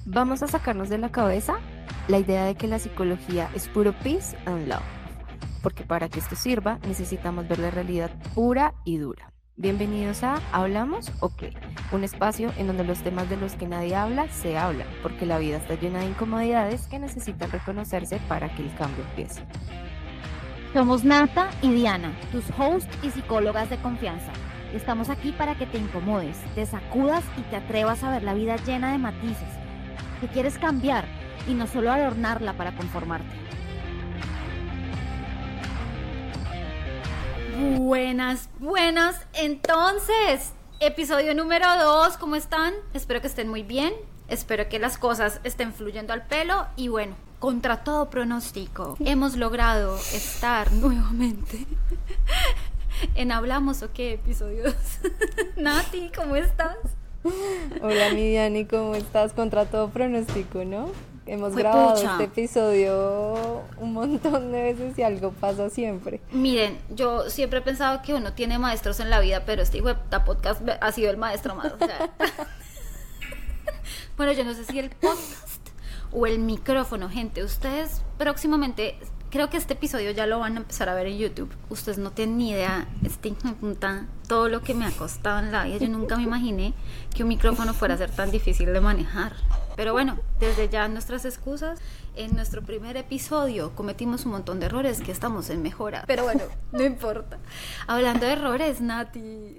Vamos a sacarnos de la cabeza la idea de que la psicología es puro peace and love, porque para que esto sirva necesitamos ver la realidad pura y dura. Bienvenidos a ¿Hablamos o qué? Un espacio en donde los temas de los que nadie habla se hablan, porque la vida está llena de incomodidades que necesitan reconocerse para que el cambio empiece. Somos Nata y Diana, tus hosts y psicólogas de confianza. Estamos aquí para que te incomodes, te sacudas y te atrevas a ver la vida llena de matices. Que quieres cambiar y no solo adornarla para conformarte. Buenas. Entonces, episodio número 2, ¿cómo están? Espero que estén muy bien. Espero que las cosas estén fluyendo al pelo. Y bueno, contra todo pronóstico, hemos logrado estar nuevamente en Hablamos o qué, episodio 2. Nati, ¿cómo estás? Hola mi Dani, ¿cómo estás? Contra todo pronóstico, ¿no? Hemos Fue grabado pucha. este episodio un montón de veces y algo pasa siempre. Miren, yo siempre he pensado que uno tiene maestros en la vida, pero este hijo de puta podcast ha sido el maestro más. O sea. Bueno, yo no sé si el podcast o el micrófono, gente. Ustedes próximamente, creo que este episodio ya lo van a empezar a ver en YouTube. Ustedes no tienen ni idea, este hijo de puta, todo lo que me ha costado en la vida. Yo nunca me imaginé que un micrófono fuera a ser tan difícil de manejar. Pero bueno, desde ya nuestras excusas. En nuestro primer episodio cometimos un montón de errores que estamos en mejora. Pero bueno, no importa. Hablando de errores, Nati.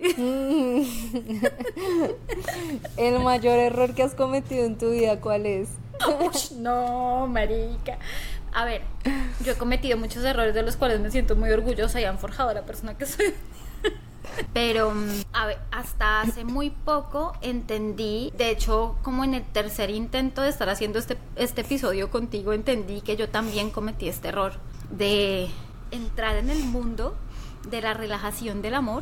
El mayor error que has cometido en tu vida, ¿cuál es? Uy, no, marica. A ver, yo he cometido muchos errores de los cuales me siento muy orgullosa y han forjado la persona que soy. Pero, a ver, hasta hace muy poco entendí, de hecho, como en el tercer intento de estar haciendo este episodio contigo, entendí que yo también cometí este error de entrar en el mundo de la relajación del amor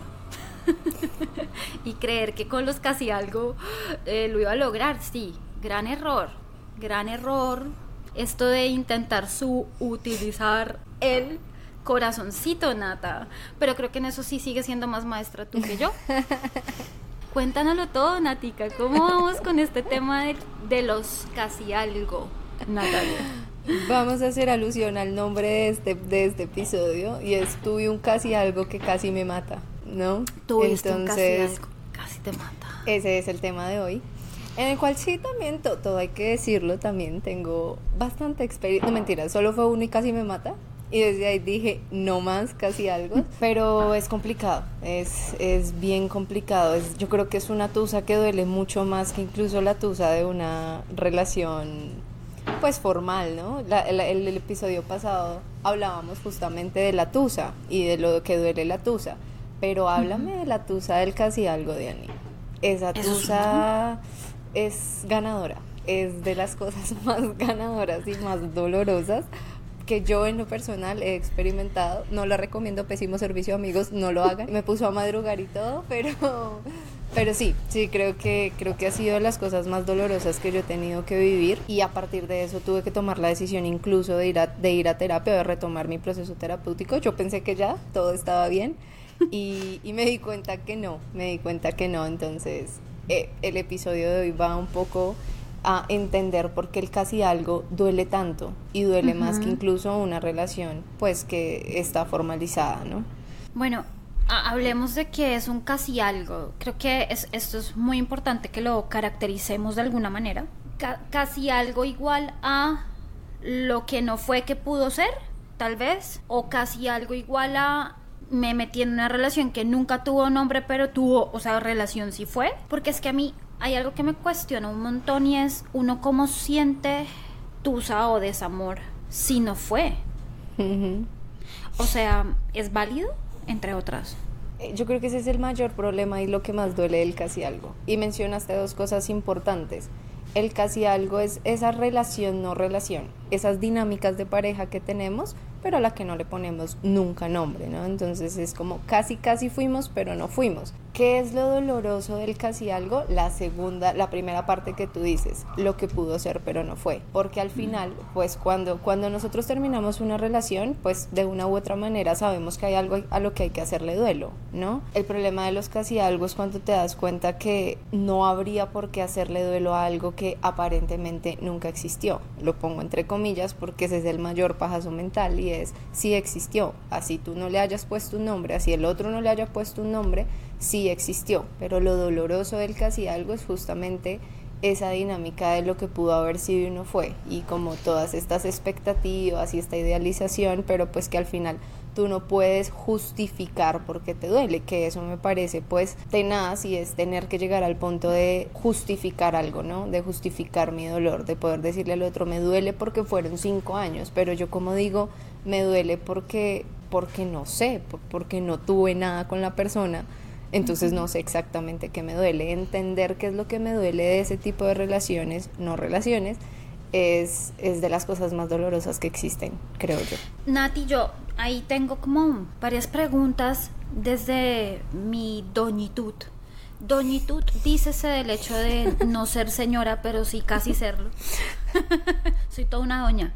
y creer que con los casi algo lo iba a lograr. Sí, gran error. Esto de intentar utilizar el corazoncito, Nata. Pero creo que en eso sí sigue siendo más maestra tú que yo. Cuéntanoslo todo, Natica. ¿Cómo vamos con este tema de los casi algo, Natalia? Vamos a hacer alusión al nombre de este episodio y es tuve un casi algo que casi me mata, ¿no? Tuviste un casi Entonces, algo, casi te mata. ese es el tema de hoy. En el cual sí también, todo hay que decirlo, también tengo bastante experiencia. No, mentira, solo fue uno y casi me mata. Y desde ahí dije, no más, casi algo. Pero es complicado, es bien complicado. Yo creo que es una tusa que duele mucho más que incluso la tusa de una relación, pues, formal, ¿no? El episodio pasado hablábamos justamente de la tusa y de lo que duele la tusa. Pero háblame de la tusa del casi algo, Diani. Esa tusa es ganadora. Es de las cosas más ganadoras y más dolorosas que yo en lo personal he experimentado. No la recomiendo, pésimo servicio, amigos, no lo hagan. Me puso a madrugar y todo, pero sí, creo que ha sido de las cosas más dolorosas que yo he tenido que vivir, y a partir de eso tuve que tomar la decisión incluso de ir a terapia, de retomar mi proceso terapéutico. Yo pensé que ya todo estaba bien y me di cuenta que no, entonces el episodio de hoy va un poco a entender por qué el casi algo duele tanto y duele más que incluso una relación pues que está formalizada, ¿no? Bueno, hablemos de qué es un casi algo. Creo que esto es muy importante que lo caractericemos de alguna manera. Casi algo igual a lo que no fue que pudo ser, tal vez, o casi algo igual a me metí en una relación que nunca tuvo nombre pero tuvo, o sea, relación sí fue, porque es que a mí hay algo que me cuestiona un montón y es uno cómo siente tusa o desamor si no fue. O sea, ¿es válido? Entre otras. Yo creo que ese es el mayor problema y lo que más duele del casi algo. Y mencionaste dos cosas importantes. El casi algo es esa relación no relación, esas dinámicas de pareja que tenemos, pero a la que no le ponemos nunca nombre, ¿no? Entonces es como casi fuimos, pero no fuimos. ¿Qué es lo doloroso del casi algo? La primera parte que tú dices, lo que pudo ser pero no fue, porque al final, pues cuando nosotros terminamos una relación, pues de una u otra manera sabemos que hay algo a lo que hay que hacerle duelo, ¿no? El problema de los casi algo es cuando te das cuenta que no habría por qué hacerle duelo a algo que aparentemente nunca existió. Lo pongo entre comillas porque ese es el mayor pajazo mental, y es, sí existió, así tú no le hayas puesto un nombre, así el otro no le haya puesto un nombre, sí existió, pero lo doloroso del casi algo es justamente esa dinámica de lo que pudo haber sido y no fue, y como todas estas expectativas y esta idealización, pero pues que al final tú no puedes justificar por qué te duele, que eso me parece pues tenaz, y es tener que llegar al punto de justificar algo, ¿no? De justificar mi dolor, de poder decirle al otro, me duele porque fueron 5 años, pero yo como digo, me duele porque no sé, porque no tuve nada con la persona. Entonces no sé exactamente qué me duele. Entender qué es lo que me duele de ese tipo de relaciones, no relaciones, es de las cosas más dolorosas que existen, creo yo. Nati, yo ahí tengo como varias preguntas desde mi doñitud. Doñitud, dícese del hecho de no ser señora, pero sí casi serlo. Soy toda una doña.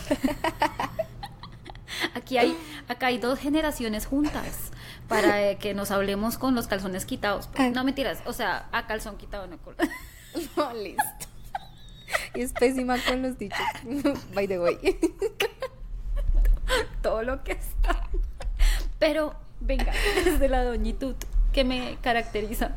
Acá hay 2 generaciones juntas para que nos hablemos con los calzones quitados. No, mentiras, o sea, a calzón quitado no. No, listo. Y es pésima con los dichos. By the way. Todo lo que está. Pero, venga, desde la doñitud que me caracteriza.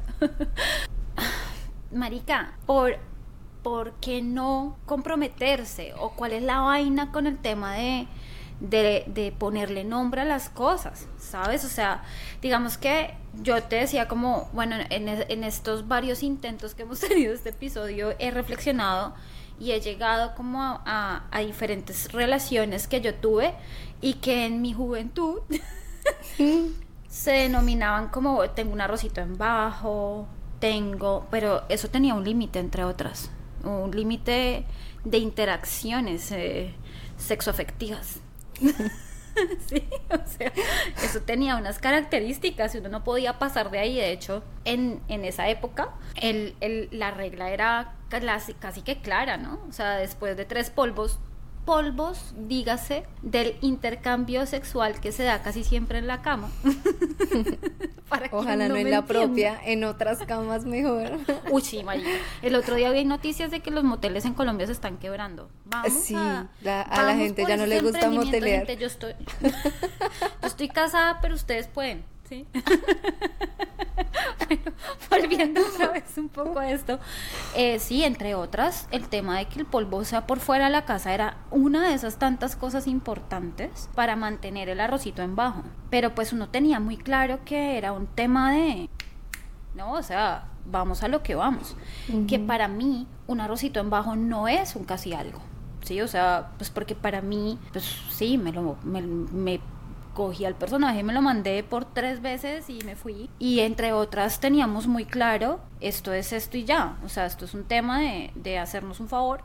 Marica, ¿por qué no comprometerse? ¿O cuál es la vaina con el tema de ponerle nombre a las cosas? ¿Sabes? O sea, digamos que yo te decía como, bueno, en estos varios intentos que hemos tenido este episodio, he reflexionado y he llegado como a diferentes relaciones que yo tuve y que en mi juventud se denominaban como, tengo un arrocito en bajo, pero eso tenía un límite, entre otras, un límite de interacciones sexoafectivas. Sí, o sea, eso tenía unas características y uno no podía pasar de ahí. De hecho, en esa época la regla era casi que clara, ¿no? O sea, después de 3 polvos, dígase, del intercambio sexual que se da casi siempre en la cama. Ojalá no en la propia, en otras camas mejor. Uy, sí, marica. El otro día vi noticias de que los moteles en Colombia se están quebrando. Sí, a la gente ya no le gusta motelear. Yo estoy casada, pero ustedes pueden, ¿sí? Bueno, volviendo otra vez un poco a esto, sí, entre otras, el tema de que el polvo sea por fuera de la casa era una de esas tantas cosas importantes para mantener el arrocito en bajo, pero pues uno tenía muy claro que era un tema de, no, o sea, vamos a lo que vamos, que para mí un arrocito en bajo no es un casi algo, sí, o sea, pues porque para mí, pues sí, me cogí al personaje, me lo mandé por 3 veces y me fui. Y entre otras teníamos muy claro, esto es esto y ya. O sea, esto es un tema de hacernos un favor.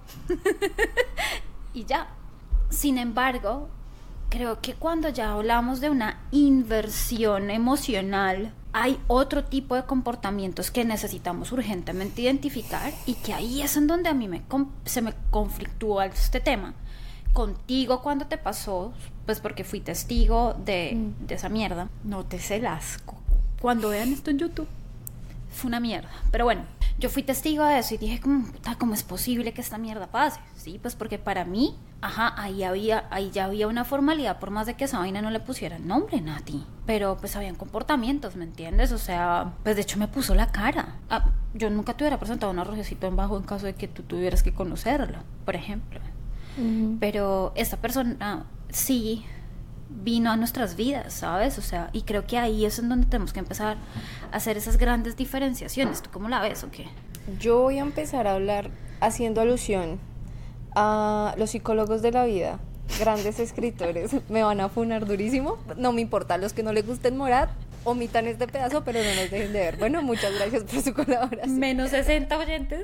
Y ya. Sin embargo, creo que cuando ya hablamos de una inversión emocional, hay otro tipo de comportamientos que necesitamos urgentemente identificar, y que ahí es en donde a mí se me conflictúa este tema. Contigo cuando te pasó, pues porque fui testigo de esa mierda. Nótese el asco. Cuando vean esto en YouTube, fue una mierda. Pero bueno, yo fui testigo de eso y dije como, puta, ¿cómo es posible que esta mierda pase? Sí, pues porque para mí, ahí ya había una formalidad, por más de que esa vaina no le pusiera el nombre, Nati. Pero pues habían comportamientos, ¿me entiendes? O sea, pues de hecho me puso la cara. Yo nunca te hubiera presentado un arrocito en bajo en caso de que tú tuvieras que conocerlo, por ejemplo. Pero esta persona sí vino a nuestras vidas, ¿sabes? O sea, y creo que ahí es en donde tenemos que empezar a hacer esas grandes diferenciaciones. ¿Tú cómo la ves o qué? Yo voy a empezar a hablar haciendo alusión a los psicólogos de la vida, grandes escritores. Me van a funar durísimo, no me importa, a los que no les gusten Morat, omitan este pedazo, pero no nos dejen de ver. Bueno, muchas gracias por su colaboración. Menos 60 oyentes.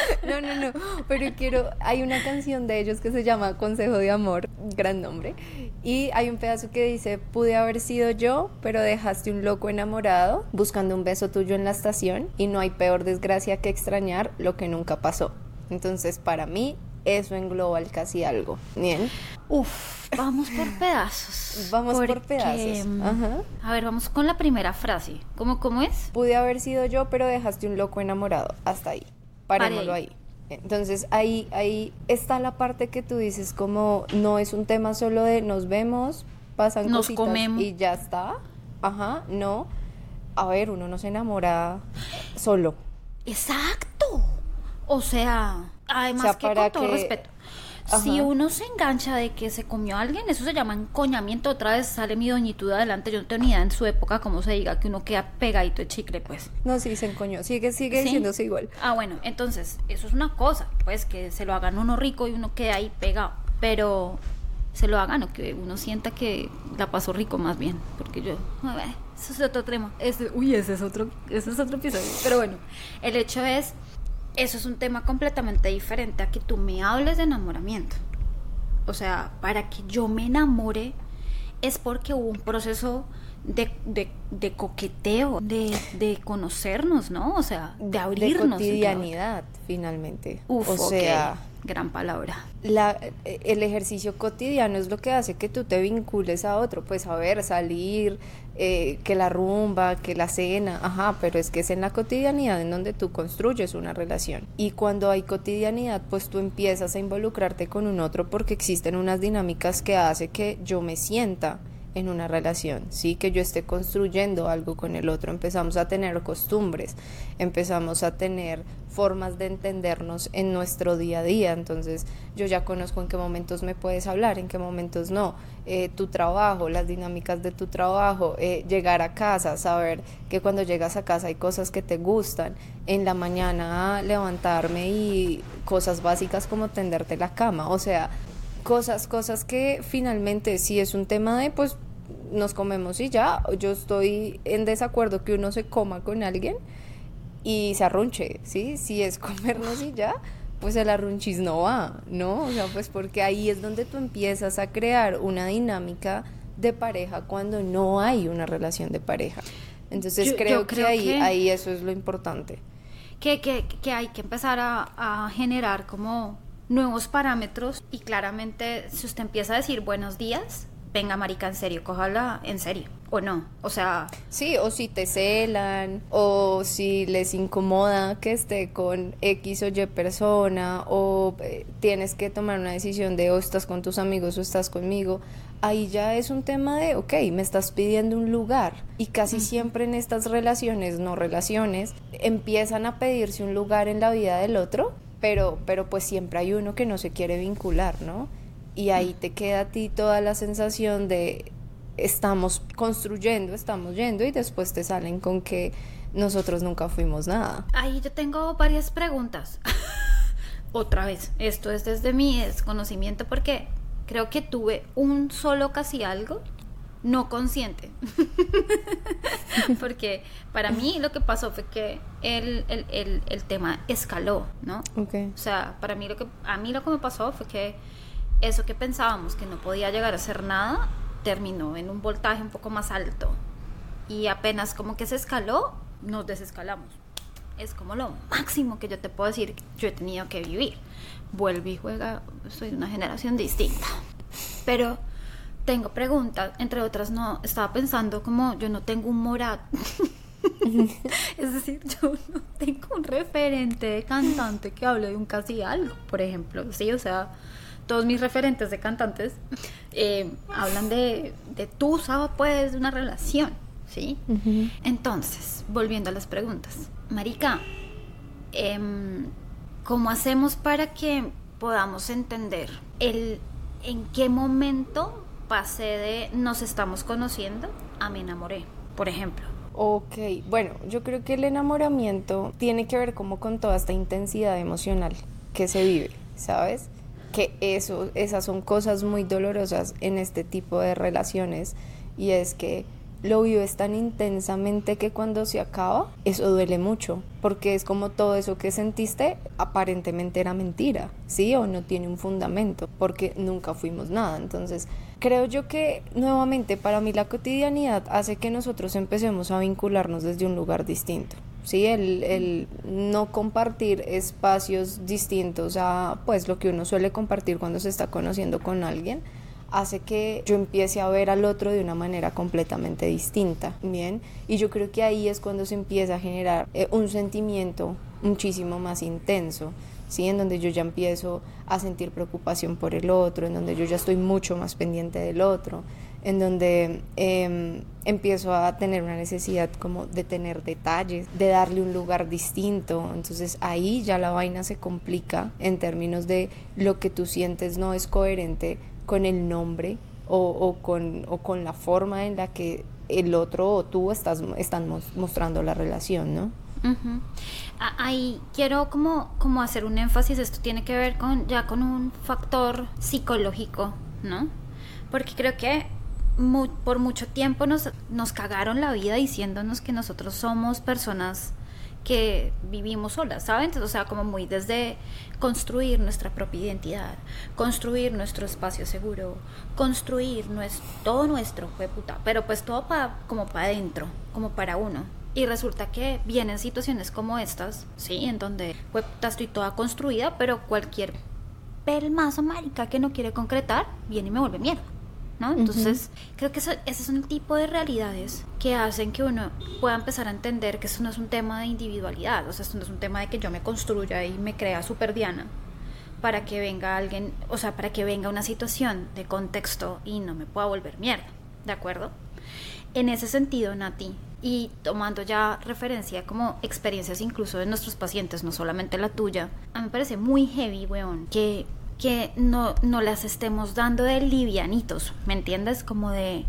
No, pero hay una canción de ellos que se llama Consejo de Amor, gran nombre, Y hay un pedazo que dice, pude haber sido yo, pero dejaste un loco enamorado buscando un beso tuyo en la estación y no hay peor desgracia que extrañar lo que nunca pasó. Entonces, para mí, eso engloba el casi algo. Bien. Uf, vamos por pedazos. Vamos por pedazos. Ajá. A ver, vamos con la primera frase. ¿Cómo es? Pude haber sido yo, pero dejaste un loco enamorado. Hasta ahí. Parémoslo ahí. Entonces ahí está la parte que tú dices como no es un tema solo de nos vemos, pasan nos cositas comemos y ya está. Ajá, no. A ver, uno no se enamora solo. Exacto. O sea, además O sea, que para con todo que- respeto, Ajá. si uno se engancha de que se comió a alguien, eso se llama encoñamiento. Otra vez sale mi doñituda adelante. Yo no tengo ni idea en su época cómo se diga que uno queda pegadito de chicle, pues. No, sí, se encoñó. Sigue ¿Sí? diciéndose igual. Ah, bueno, entonces, eso es una cosa, pues que se lo hagan uno rico y uno queda ahí pegado. Pero se lo hagan o que uno sienta que la pasó rico más bien. Porque yo, a ver, eso es otro tema. Ese es otro episodio. Pero bueno, el hecho es, eso es un tema completamente diferente a que tú me hables de enamoramiento. O sea, para que yo me enamore es porque hubo un proceso de coqueteo, de conocernos, ¿no? O sea, de abrirnos. De cotidianidad, finalmente. Uf, o sea, gran palabra. el ejercicio cotidiano es lo que hace que tú te vincules a otro, pues a ver, salir, que la rumba, que la cena, ajá, pero es que es en la cotidianidad en donde tú construyes una relación. Y cuando hay cotidianidad, pues tú empiezas a involucrarte con un otro porque existen unas dinámicas que hace que yo me sienta en una relación, sí, que yo esté construyendo algo con el otro. Empezamos a tener costumbres, empezamos a tener formas de entendernos en nuestro día a día. Entonces yo ya conozco en qué momentos me puedes hablar, en qué momentos no, tu trabajo, las dinámicas de tu trabajo, llegar a casa, saber que cuando llegas a casa hay cosas que te gustan, en la mañana levantarme y cosas básicas como tenderte la cama, o sea, cosas que finalmente si es un tema de pues nos comemos y ya. Yo estoy en desacuerdo que uno se coma con alguien y se arrunche, ¿sí? Si es comernos y ya, pues el arrunchis no va, ¿no? O sea, pues porque ahí es donde tú empiezas a crear una dinámica de pareja cuando no hay una relación de pareja. Entonces creo que ahí eso es lo importante. Que hay que empezar a generar como nuevos parámetros y claramente si usted empieza a decir buenos días, venga marica, en serio, cójala en serio, o no, o sea... Sí, o si te celan, o si les incomoda que esté con X o Y persona, o tienes que tomar una decisión de o estás con tus amigos o estás conmigo, ahí ya es un tema de, ok, me estás pidiendo un lugar, y casi siempre en estas relaciones, no relaciones, empiezan a pedirse un lugar en la vida del otro, pero pues siempre hay uno que no se quiere vincular, ¿no? Y ahí te queda a ti toda la sensación de estamos construyendo, estamos yendo y después te salen con que nosotros nunca fuimos nada. Ahí yo tengo varias preguntas. Otra vez, esto es desde mi desconocimiento porque creo que tuve un solo casi algo no consciente. Porque para mí lo que pasó fue que el tema escaló, ¿no? Okay. O sea, a mí lo que me pasó fue que eso que pensábamos que no podía llegar a ser nada terminó en un voltaje un poco más alto y apenas como que se escaló, nos desescalamos. Es como lo máximo que yo te puedo decir que yo he tenido que vivir. Vuelve y juega, soy de una generación distinta. Pero tengo preguntas, entre otras no, estaba pensando como yo no tengo un Morat. Es decir, yo no tengo un referente de cantante que hable de un casi algo, por ejemplo, sí, o sea, todos mis referentes de cantantes hablan de tú sabes, pues, de una relación, ¿sí? Uh-huh. Entonces, volviendo a las preguntas, marica, ¿cómo hacemos para que podamos entender en qué momento pasé de nos estamos conociendo a me enamoré, por ejemplo? Ok, bueno, yo creo que el enamoramiento tiene que ver como con toda esta intensidad emocional que se vive, ¿sabes? Que esas son cosas muy dolorosas en este tipo de relaciones, y es que lo vives tan intensamente que cuando se acaba, eso duele mucho, porque es como todo eso que sentiste aparentemente era mentira, ¿sí? O no tiene un fundamento, porque nunca fuimos nada. Entonces Creo yo que, nuevamente, para mí la cotidianidad hace que nosotros empecemos a vincularnos desde un lugar distinto. Sí, el no compartir espacios distintos a pues lo que uno suele compartir cuando se está conociendo con alguien, hace que yo empiece a ver al otro de una manera completamente distinta, ¿bien? Y yo creo que ahí es cuando se empieza a generar un sentimiento muchísimo más intenso, ¿sí? En donde yo ya empiezo a sentir preocupación por el otro, en donde yo ya estoy mucho más pendiente del otro, en donde empiezo a tener una necesidad como de tener detalles, de darle un lugar distinto. Entonces ahí ya la vaina se complica en términos de lo que tú sientes no es coherente con el nombre o con la forma en la que el otro o tú están mostrando la relación, ¿no? Uh-huh. Ahí quiero como hacer un énfasis. Esto tiene que ver con un factor psicológico, ¿no? Porque creo que por mucho tiempo nos cagaron la vida diciéndonos que nosotros somos personas que vivimos solas, ¿saben? O sea, como muy desde construir nuestra propia identidad, construir nuestro espacio seguro, construir todo nuestro, puta, pero pues todo como para adentro, como para uno. Y resulta que vienen situaciones como estas, ¿sí? En donde, puta, estoy toda construida, pero cualquier pelmazo marica que no quiere concretar, viene y me vuelve mierda, ¿no? Entonces, creo que ese son el tipo de realidades que hacen que uno pueda empezar a entender que eso no es un tema de individualidad, o sea, esto no es un tema de que yo me construya y me crea super Diana para que venga alguien, o sea, para que venga una situación de contexto y no me pueda volver mierda, ¿de acuerdo? En ese sentido, Nati, y tomando ya referencia como experiencias incluso de nuestros pacientes, no solamente la tuya, a mí me parece muy heavy, weón, que no las estemos dando de livianitos, ¿me entiendes? Como de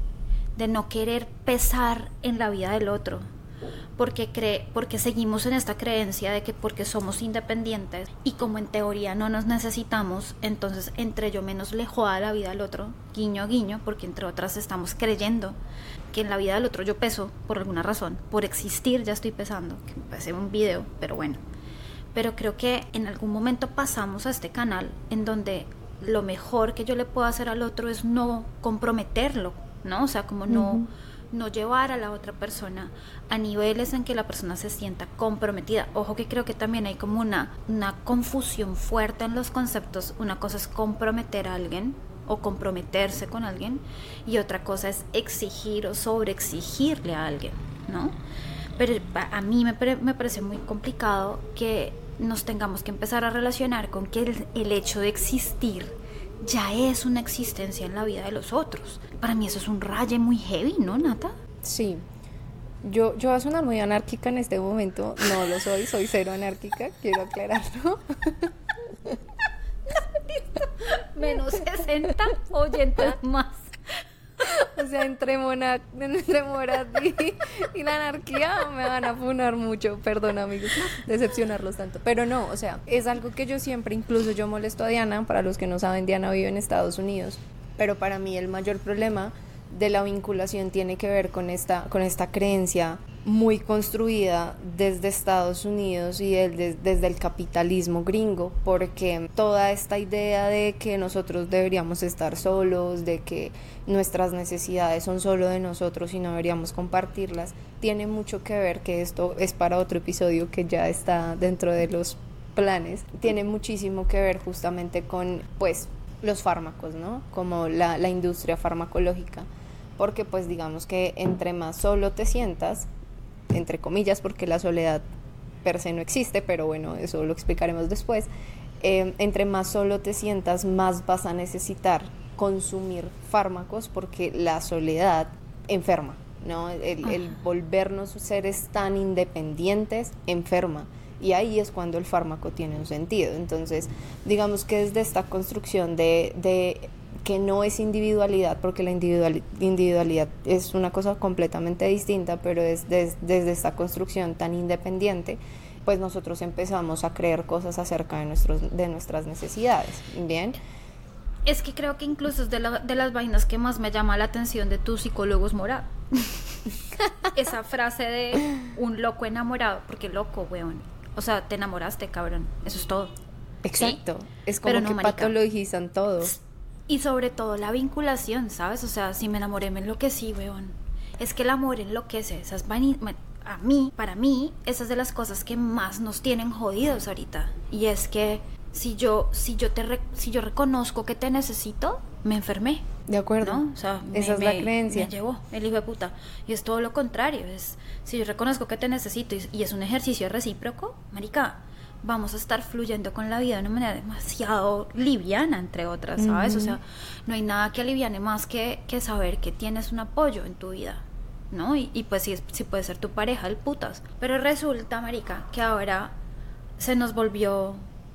no querer pesar en la vida del otro, porque seguimos en esta creencia de que porque somos independientes y como en teoría no nos necesitamos, entonces entre yo menos le joda la vida al otro, guiño guiño, porque entre otras estamos creyendo que en la vida del otro yo peso por alguna razón, por existir ya estoy pesando, que me parece un video, pero bueno. Pero creo que en algún momento pasamos a este canal en donde lo mejor que yo le puedo hacer al otro es no comprometerlo, ¿no? O sea, como no llevar a la otra persona a niveles en que la persona se sienta comprometida. Ojo que creo que también hay como una confusión fuerte en los conceptos. Una cosa es comprometer a alguien o comprometerse con alguien y otra cosa es exigir o sobreexigirle a alguien, ¿no? Pero a mí me parece muy complicado que nos tengamos que empezar a relacionar con que el hecho de existir ya es una existencia en la vida de los otros. Para mí eso es un raye muy heavy, ¿no, Nata? Sí. Yo voy a sonar muy anárquica en este momento. No lo soy cero anárquica, quiero aclararlo. Menos 60 oyentes más. O sea, entre Morat y la anarquía me van a funar mucho. Perdón, amigos, decepcionarlos tanto. Pero no, o sea, es algo que yo siempre, incluso yo molesto a Diana. Para los que no saben, Diana vive en Estados Unidos. Pero para mí el mayor problema de la vinculación tiene que ver con esta creencia muy construida desde Estados Unidos y desde el capitalismo gringo, porque toda esta idea de que nosotros deberíamos estar solos, de que nuestras necesidades son solo de nosotros y no deberíamos compartirlas, tiene mucho que ver, que esto es para otro episodio que ya está dentro de los planes, tiene muchísimo que ver justamente con pues los fármacos, ¿no? Como la industria farmacológica, porque pues digamos que entre más solo te sientas, entre comillas, porque la soledad per se no existe, pero bueno, eso lo explicaremos después, entre más solo te sientas, más vas a necesitar consumir fármacos, porque la soledad enferma, ¿no? El volvernos seres tan independientes enferma, y ahí es cuando el fármaco tiene un sentido. Entonces, digamos que desde esta construcción de que no es individualidad, porque la individualidad es una cosa completamente distinta, pero es desde esta construcción tan independiente, pues nosotros empezamos a creer cosas acerca de nuestras necesidades, ¿bien? Es que creo que incluso es de las vainas que más me llama la atención de tus psicólogos Morat. Esa frase de un loco enamorado, porque loco, weón. O sea, te enamoraste, cabrón. Eso es todo. Exacto. ¿Sí? Es como que patologizan todo. Y sobre todo la vinculación, ¿sabes? O sea, si me enamoré, me enloquecí, weón. Es que el amor enloquece. Para mí, esa es de las cosas que más nos tienen jodidos ahorita. Y es que si yo reconozco que te necesito, me enfermé. De acuerdo. ¿No? O sea, esa es la creencia. Me llevó el hijo de puta. Y es todo lo contrario. Si yo reconozco que te necesito y es un ejercicio recíproco, marica, vamos a estar fluyendo con la vida de una manera demasiado liviana, entre otras, ¿sabes? O sea, no hay nada que aliviane más que saber que tienes un apoyo en tu vida, ¿no? Y pues sí puede ser tu pareja, el putas. Pero resulta, marica, que ahora se les volvió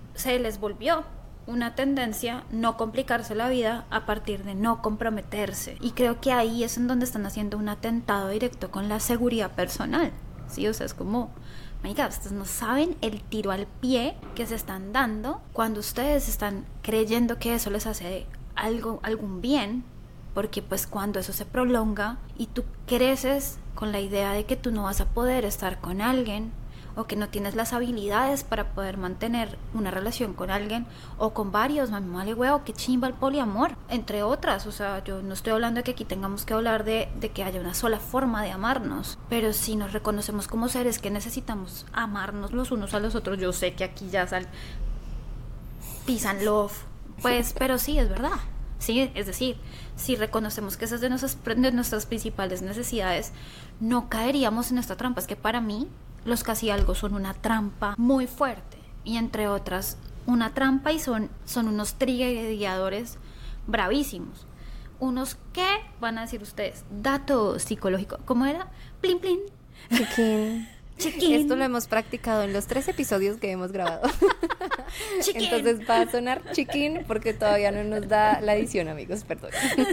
una tendencia no complicarse la vida a partir de no comprometerse. Y creo que ahí es en donde están haciendo un atentado directo con la seguridad personal, ¿sí? O sea, es como, marica, ustedes no saben el tiro al pie que se están dando cuando ustedes están creyendo que eso les hace algún bien, porque pues cuando eso se prolonga y tú creces con la idea de que tú no vas a poder estar con alguien, o que no tienes las habilidades para poder mantener una relación con alguien o con varios, mami, vale huevo, qué chimba el poliamor, entre otras. O sea, yo no estoy hablando de que aquí tengamos que hablar de que haya una sola forma de amarnos, pero si nos reconocemos como seres que necesitamos amarnos los unos a los otros, yo sé que aquí ya peace and love, pues, pero sí, es verdad. Sí, es decir, si reconocemos que esas de nuestras principales necesidades, no caeríamos en esta trampa. Es que para mí los casi algo son una trampa muy fuerte, y entre otras una trampa, y son unos triggeradores bravísimos, unos que van a decir ustedes, dato psicológico, ¿cómo era? Plin plin, chiquín. Chiquín. Esto lo hemos practicado en los 3 episodios que hemos grabado. Chiquín. Entonces va a sonar chiquín porque todavía no nos da la edición, amigos, perdón.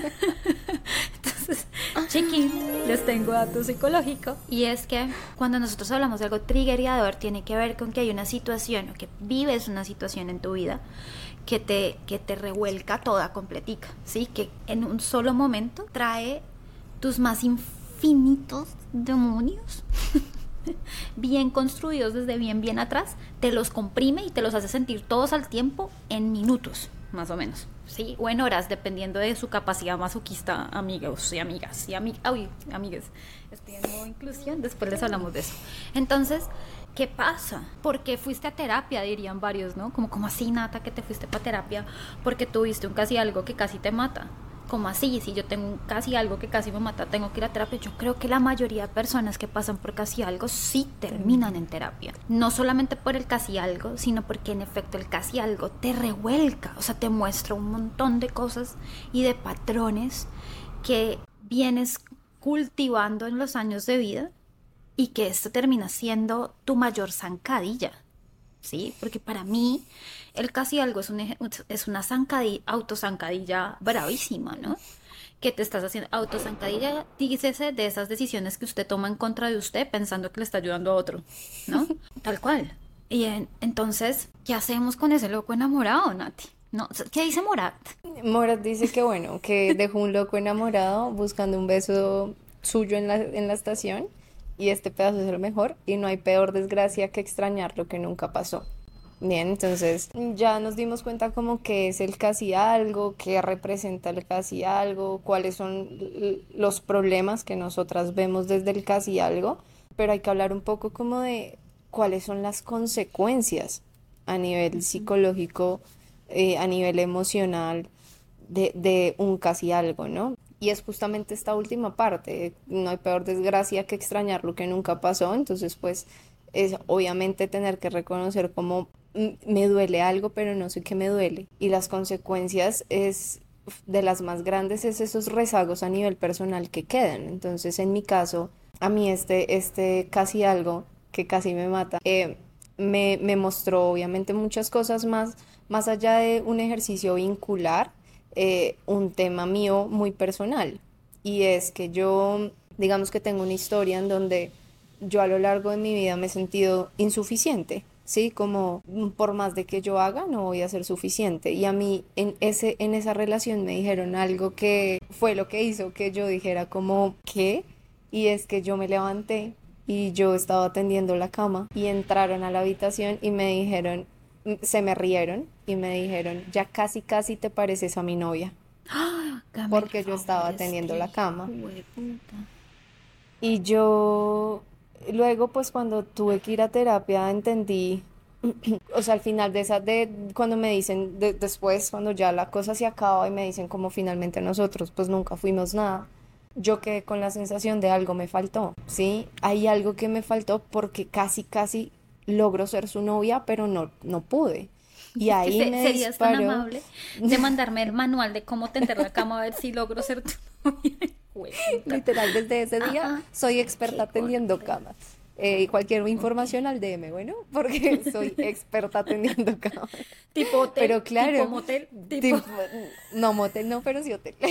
Entonces, chiquín, les tengo dato psicológico, y es que cuando nosotros hablamos de algo triggerador, tiene que ver con que hay una situación, o que vives una situación en tu vida que te revuelca toda completica, ¿sí? Que en un solo momento trae tus más infinitos demonios bien construidos desde bien atrás, te los comprime y te los hace sentir todos al tiempo en minutos, más o menos, ¿sí? O en horas, dependiendo de su capacidad masoquista, amigos y amigas y amigues. Estoy en modo inclusión, después les hablamos de eso. Entonces, ¿qué pasa? ¿Por qué fuiste a terapia? Dirían varios, ¿no? Como así, Nata, que te fuiste para terapia porque tuviste un casi algo que casi te mata. Como así, si yo tengo un casi algo que casi me mata, tengo que ir a terapia. Yo creo que la mayoría de personas que pasan por casi algo sí terminan en terapia. No solamente por el casi algo, sino porque en efecto el casi algo te revuelca. O sea, te muestra un montón de cosas y de patrones que vienes cultivando en los años de vida, y que esto termina siendo tu mayor zancadilla, ¿sí? Porque para mí el casi algo es una autozancadilla bravísima, ¿no? Que te estás haciendo autozancadilla, dícese de esas decisiones que usted toma en contra de usted pensando que le está ayudando a otro, ¿no? Tal cual. Y entonces, ¿qué hacemos con ese loco enamorado, Nati? No, ¿qué dice Morat? Morat dice que bueno, que dejó un loco enamorado buscando un beso suyo en la estación, y este pedazo es lo mejor, y no hay peor desgracia que extrañar lo que nunca pasó. Bien, entonces ya nos dimos cuenta como que es el casi algo, qué representa el casi algo, cuáles son los problemas que nosotras vemos desde el casi algo, pero hay que hablar un poco como de cuáles son las consecuencias a nivel psicológico, a nivel emocional de un casi algo, ¿no? Y es justamente esta última parte, no hay peor desgracia que extrañar lo que nunca pasó. Entonces pues es obviamente tener que reconocer como me duele algo, pero no sé qué me duele, y las consecuencias es de las más grandes, es esos rezagos a nivel personal que quedan. Entonces en mi caso, a mí este casi algo que casi me mata, me mostró obviamente muchas cosas más allá de un ejercicio vincular, un tema mío muy personal, y es que yo, digamos que tengo una historia en donde yo a lo largo de mi vida me he sentido insuficiente, ¿sí? Como por más de que yo haga, no voy a ser suficiente, y a mí en esa relación me dijeron algo que fue lo que hizo que yo dijera como, ¿qué? Y es que yo me levanté y yo estaba tendiendo la cama y entraron a la habitación y me dijeron, se me rieron y me dijeron, ya casi te pareces a mi novia. Hágame el porque yo favor, estaba es teniendo que la cama. jueputa. Y yo, luego pues cuando tuve que ir a terapia, entendí, o sea, al final de esa, de cuando me dicen, después, cuando ya la cosa se acaba y me dicen como finalmente nosotros, pues nunca fuimos nada, yo quedé con la sensación de algo me faltó, ¿sí? Hay algo que me faltó porque casi, casi logro ser su novia, pero no pude. Y Es que ahí me serías tan disparó. amable de mandarme el manual de cómo tender la cama a ver si logro ser tu novia. Jueputa. Literal, desde ese día soy Qué experta tendiendo gonorrea. camas. Cualquier Ok. información al DM, bueno, porque soy experta tendiendo camas. Tipo hotel, Pero tipo claro, motel, tipo. tipo, no motel, no, pero sí hotel.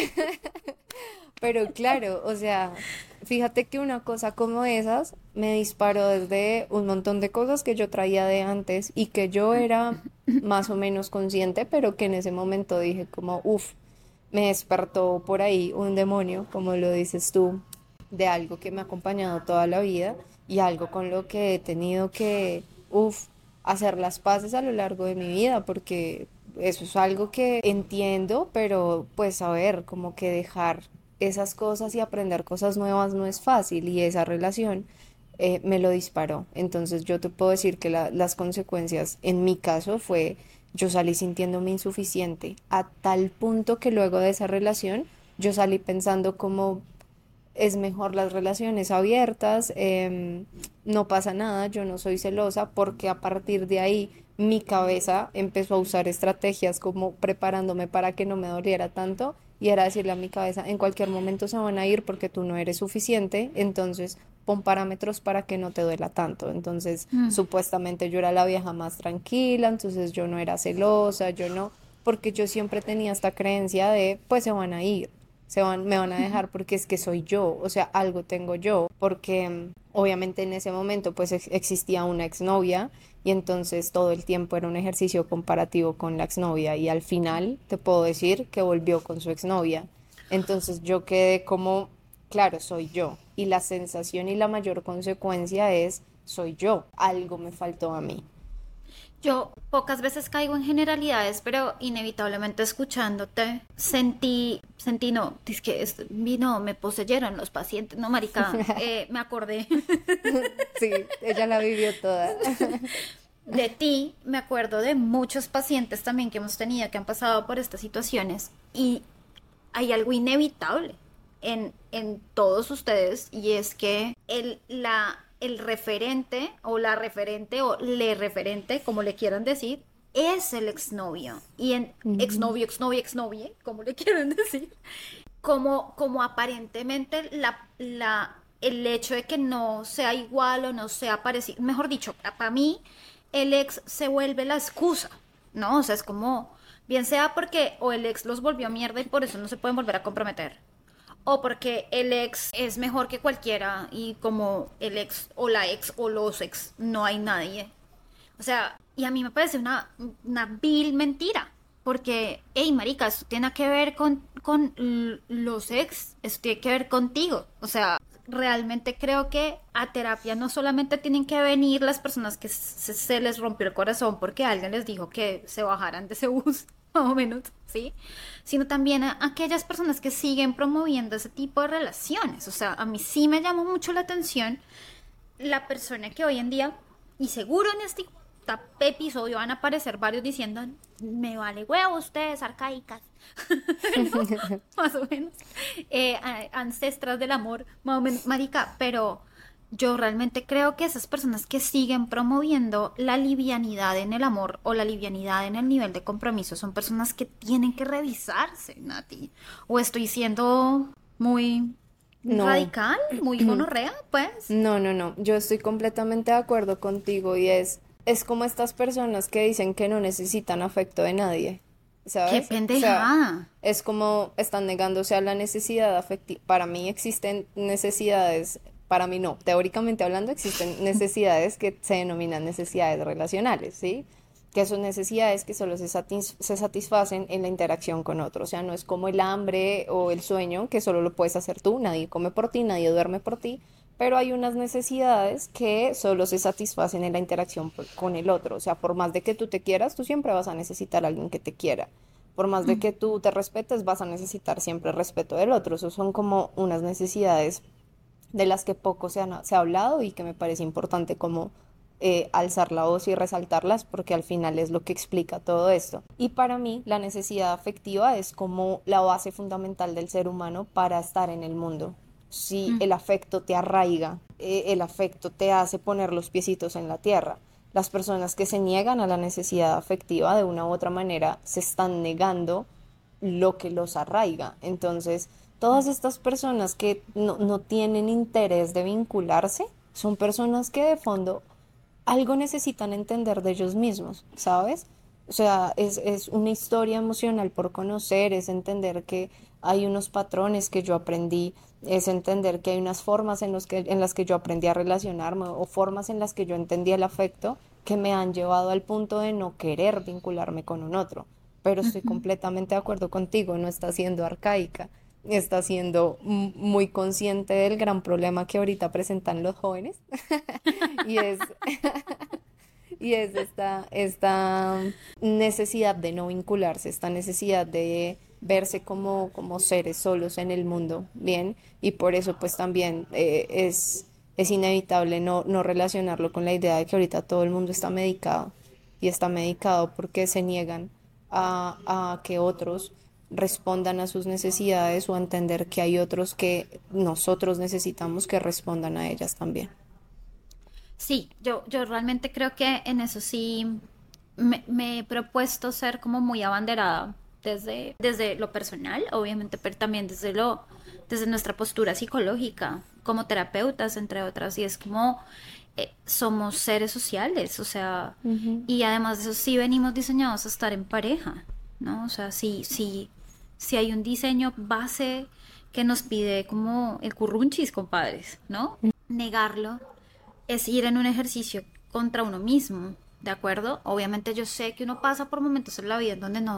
Pero claro, o sea, fíjate que una cosa como esas me disparó desde un montón de cosas que yo traía de antes y que yo era más o menos consciente, pero que en ese momento dije como, uff, me despertó por ahí un demonio, como lo dices tú, de algo que me ha acompañado toda la vida y algo con lo que he tenido que, uff, hacer las paces a lo largo de mi vida, porque eso es algo que entiendo, pero pues a ver, como que dejar esas cosas y aprender cosas nuevas no es fácil y esa relación me lo disparó. Entonces yo te puedo decir que las consecuencias en mi caso fue yo salí sintiéndome insuficiente a tal punto que luego de esa relación yo salí pensando como es mejor las relaciones abiertas, no pasa nada, yo no soy celosa porque a partir de ahí mi cabeza empezó a usar estrategias como preparándome para que no me doliera tanto y era decirle a mi cabeza, en cualquier momento se van a ir porque tú no eres suficiente, entonces pon parámetros para que no te duela tanto. Entonces, Mm. supuestamente yo era la vieja más tranquila, entonces yo no era celosa, yo no, porque yo siempre tenía esta creencia de, pues se van a ir me van a dejar porque es que soy yo, o sea, algo tengo yo, porque obviamente en ese momento pues existía una exnovia y entonces todo el tiempo era un ejercicio comparativo con la exnovia y al final te puedo decir que volvió con su exnovia. Entonces yo quedé como, claro, soy yo y la sensación y la mayor consecuencia es, soy yo, algo me faltó a mí. Yo pocas veces caigo en generalidades, pero inevitablemente escuchándote sentí no, es que vino, me poseyeron los pacientes, no, marica, me acordé Sí, ella la vivió toda. de ti, me acuerdo de muchos pacientes también que hemos tenido que han pasado por estas situaciones y hay algo inevitable en todos ustedes y es que el referente o la referente o le referente, como le quieran decir, es el exnovio. Y en Ujú. exnovio, exnovia, exnovie, como le quieran decir, como aparentemente el hecho de que no sea igual o no sea parecido, mejor dicho, para mí el ex se vuelve la excusa, ¿no? O sea, es como, bien sea porque o el ex los volvió mierda y por eso no se pueden volver a comprometer, o porque el ex es mejor que cualquiera y como el ex o la ex o los ex no hay nadie. O sea, y a mí me parece una vil mentira. Porque, hey, marica, esto tiene que ver con los ex, esto tiene que ver contigo. O sea, realmente creo que a terapia no solamente tienen que venir las personas que se les rompió el corazón porque alguien les dijo que se bajaran de ese bus, más o menos, ¿sí? Sino también a aquellas personas que siguen promoviendo ese tipo de relaciones. O sea, a mí sí me llamó mucho la atención la persona que hoy en día, y seguro en este episodio van a aparecer varios diciendo, me vale huevo ustedes, arcaicas, ¿no? Más o menos, ancestras del amor, más o menos, marica, pero yo realmente creo que esas personas que siguen promoviendo la livianidad en el amor o la livianidad en el nivel de compromiso son personas que tienen que revisarse, Nati. O estoy siendo muy No. radical, muy gonorrea, pues. No, no, no, yo estoy completamente de acuerdo contigo y es como estas personas que dicen que no necesitan afecto de nadie, Qué ¿sabes? O sea, pendejada. es como están negándose a la necesidad afectiva. Para mí existen necesidades, para mí no, teóricamente hablando existen necesidades que se denominan necesidades relacionales, ¿sí? Que son necesidades que solo se satisfacen en la interacción con otros. O sea, no es como el hambre o el sueño, que solo lo puedes hacer tú, nadie come por ti, nadie duerme por ti, pero hay unas necesidades que solo se satisfacen en la interacción con el otro. O sea, por más de que tú te quieras, tú siempre vas a necesitar a alguien que te quiera. Por más de que tú te respetes, vas a necesitar siempre el respeto del otro. Esos son como unas necesidades de las que poco se ha hablado y que me parece importante como alzar la voz y resaltarlas porque al final es lo que explica todo esto. Y para mí la necesidad afectiva es como la base fundamental del ser humano para estar en el mundo. Si el afecto te arraiga, el afecto te hace poner los piecitos en la tierra. Las personas que se niegan a la necesidad afectiva de una u otra manera se están negando lo que los arraiga. Entonces, todas estas personas que no tienen interés de vincularse son personas que de fondo algo necesitan entender de ellos mismos, ¿sabes? O sea, es una historia emocional por conocer, es entender que hay unos patrones que yo aprendí, es entender que hay unas formas en las que yo aprendí a relacionarme o formas en las que yo entendí el afecto que me han llevado al punto de no querer vincularme con un otro. Pero estoy completamente de acuerdo contigo, no está siendo arcaica, está siendo muy consciente del gran problema que ahorita presentan los jóvenes y es y es esta necesidad de no vincularse, esta necesidad de verse como seres solos en el mundo, ¿bien? Y por eso pues también es inevitable no relacionarlo con la idea de que ahorita todo el mundo está medicado, y está medicado porque se niegan a que otros respondan a sus necesidades o a entender que hay otros que nosotros necesitamos que respondan a ellas también. Sí, yo realmente creo que en eso sí me he propuesto ser como muy abanderada desde lo personal, obviamente, pero también desde nuestra postura psicológica, como terapeutas, entre otras, y es como somos seres sociales, o sea, Ujú. y además de eso sí venimos diseñados a estar en pareja, ¿no? O sea, sí hay un diseño base que nos pide como el currunchis, compadres, ¿no? Negarlo es ir en un ejercicio contra uno mismo, ¿de acuerdo? Obviamente yo sé que uno pasa por momentos en la vida en donde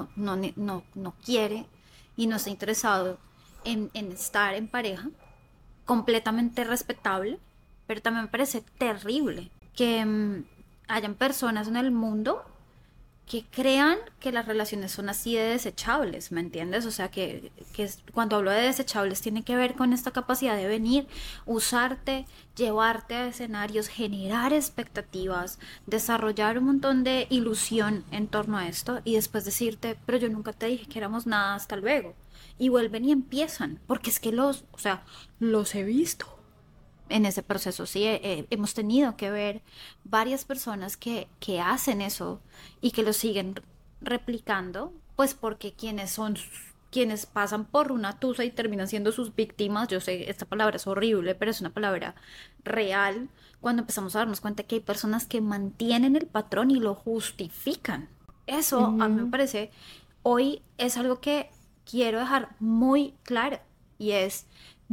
no quiere y no está interesado en estar en pareja, completamente respetable, pero también me parece terrible que hayan personas en el mundo que crean que las relaciones son así de desechables, ¿me entiendes? O sea, cuando hablo de desechables tiene que ver con esta capacidad de venir, usarte, llevarte a escenarios, generar expectativas, desarrollar un montón de ilusión en torno a esto y después decirte, pero yo nunca te dije que éramos nada, hasta luego. Y vuelven y empiezan, porque es que o sea, los he visto en ese proceso. Sí, hemos tenido que ver varias personas que hacen eso y que lo siguen replicando, pues porque quienes pasan por una tusa y terminan siendo sus víctimas, yo sé, esta palabra es horrible, pero es una palabra real, cuando empezamos a darnos cuenta que hay personas que mantienen el patrón y lo justifican. Eso a mí me Ujú. parece, hoy es algo que quiero dejar muy claro y es,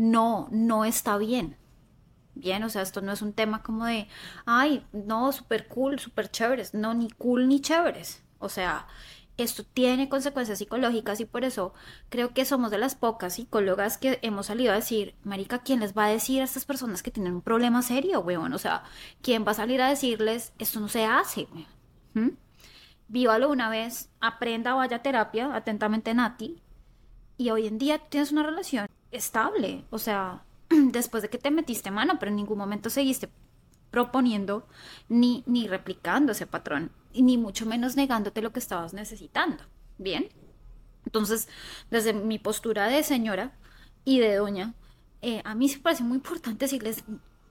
no está bien. Bien, o sea, esto no es un tema como de, ay, no, súper cool, súper chéveres. No, ni cool ni chéveres. O sea, esto tiene consecuencias psicológicas y por eso creo que somos de las pocas psicólogas que hemos salido a decir, marica, ¿quién les va a decir a estas personas que tienen un problema serio, weón? O sea, ¿quién va a salir a decirles, esto no se hace, weón? ¿Mm? Vívalo una vez, aprenda, vaya a terapia, atentamente Nati, y hoy en día tú tienes una relación estable, o sea, después de que te metiste mano, pero en ningún momento seguiste proponiendo ni replicando ese patrón, y ni mucho menos negándote lo que estabas necesitando. Bien, entonces, desde mi postura de señora y de doña, a mí se parece muy importante decirles,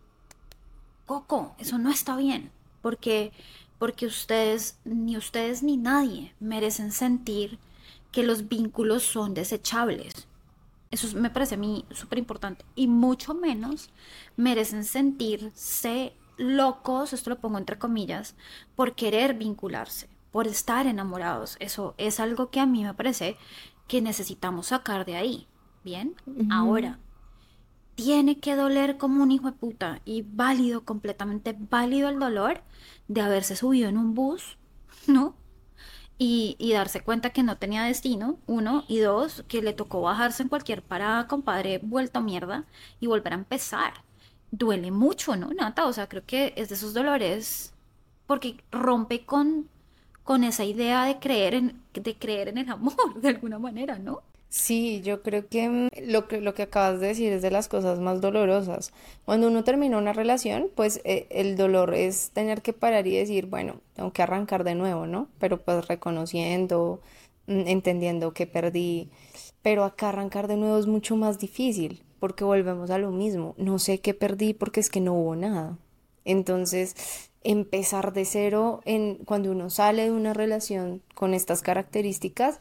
Coco, eso no está bien, porque ustedes ni nadie merecen sentir que los vínculos son desechables. Eso me parece a mí súper importante. Y mucho menos merecen sentirse locos, esto lo pongo entre comillas, por querer vincularse, por estar enamorados. Eso es algo que a mí me parece que necesitamos sacar de ahí. Bien, Ujú. ahora, tiene que doler como un hijo de puta y válido, completamente válido el dolor de haberse subido en un bus, ¿no? Y darse cuenta que no tenía destino, uno, y dos, que le tocó bajarse en cualquier parada, compadre, vuelto a mierda y volver a empezar. Duele mucho, ¿no, Nata? O sea, creo que es de esos dolores porque rompe con esa idea de creer en el amor, de alguna manera, ¿no? Sí, yo creo que lo que acabas de decir es de las cosas más dolorosas. Cuando uno termina una relación, pues el dolor es tener que parar y decir, bueno, tengo que arrancar de nuevo, ¿no? Pero pues reconociendo, entendiendo que perdí. Pero acá arrancar de nuevo es mucho más difícil, porque volvemos a lo mismo. No sé qué perdí porque es que no hubo nada. Entonces, empezar de cero cuando uno sale de una relación con estas características,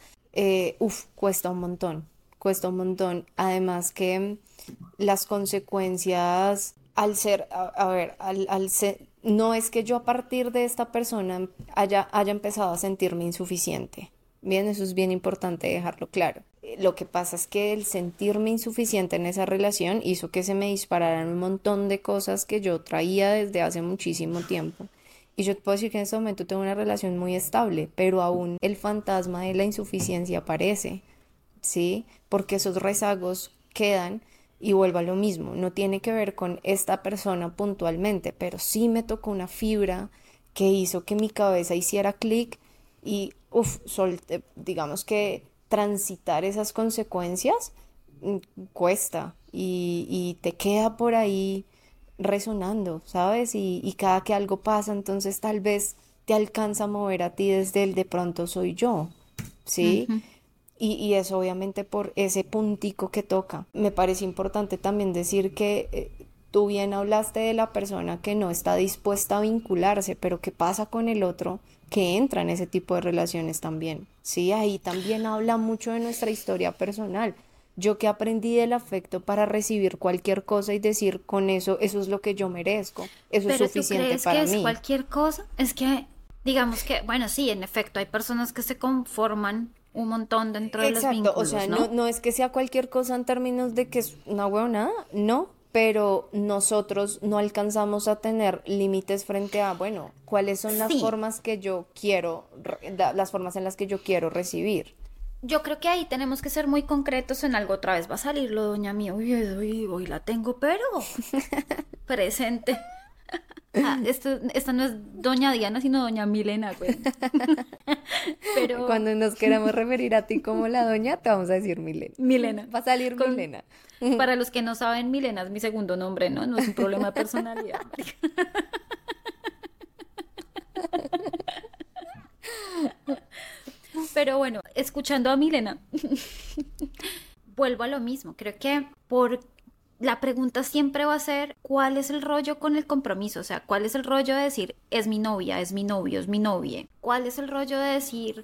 cuesta un montón. Además que las consecuencias a ver, no es que yo a partir de esta persona haya empezado a sentirme insuficiente. Bien, eso es bien importante dejarlo claro. Lo que pasa es que el sentirme insuficiente en esa relación hizo que se me dispararan un montón de cosas que yo traía desde hace muchísimo tiempo. Y yo te puedo decir que en este momento tengo una relación muy estable, pero aún el fantasma de la insuficiencia aparece, ¿sí? Porque esos rezagos quedan y vuelvo a lo mismo. No tiene que ver con esta persona puntualmente, pero sí me tocó una fibra que hizo que mi cabeza hiciera clic y, digamos que transitar esas consecuencias cuesta y te queda por ahí resonando, ¿sabes? Y cada que algo pasa, entonces tal vez te alcanza a mover a ti desde el de pronto soy yo, ¿sí? Ujú. Y eso obviamente por ese puntico que toca. Me parece importante también decir que tú bien hablaste de la persona que no está dispuesta a vincularse, pero ¿qué pasa con el otro que entra en ese tipo de relaciones también? Sí, ahí también habla mucho de nuestra historia personal. Yo que aprendí del afecto para recibir cualquier cosa y decir con eso es lo que yo merezco, eso es Pero ¿tú suficiente crees para que es mí. cualquier cosa? Es que, digamos que, bueno, sí, en efecto, hay personas que se conforman un montón dentro de los Exacto, o sea, vínculos, ¿no? no es que sea cualquier cosa en términos de que es una huevonada, no, pero nosotros no alcanzamos a tener límites frente a, bueno, cuáles son las Sí, formas que yo quiero, las formas en las que yo quiero recibir. yo creo que ahí tenemos que ser muy concretos en algo. Otra vez va a salir lo doña mía. Hoy la tengo, pero presente. Ah, esta no es doña Diana, sino doña Milena, güey. Pero Cuando nos queramos referir a ti como la doña, te vamos a decir Milena. Milena. Va a salir Con- Milena. para los que no saben, Milena es mi segundo nombre, ¿no? No es un problema de personalidad, marica. Pero bueno, escuchando a Milena, vuelvo a lo mismo. Creo que por la pregunta siempre va a ser ¿cuál es el rollo con el compromiso? O sea, ¿cuál es el rollo de decir es mi novia, es mi novio, es mi novia? ¿Cuál es el rollo de decir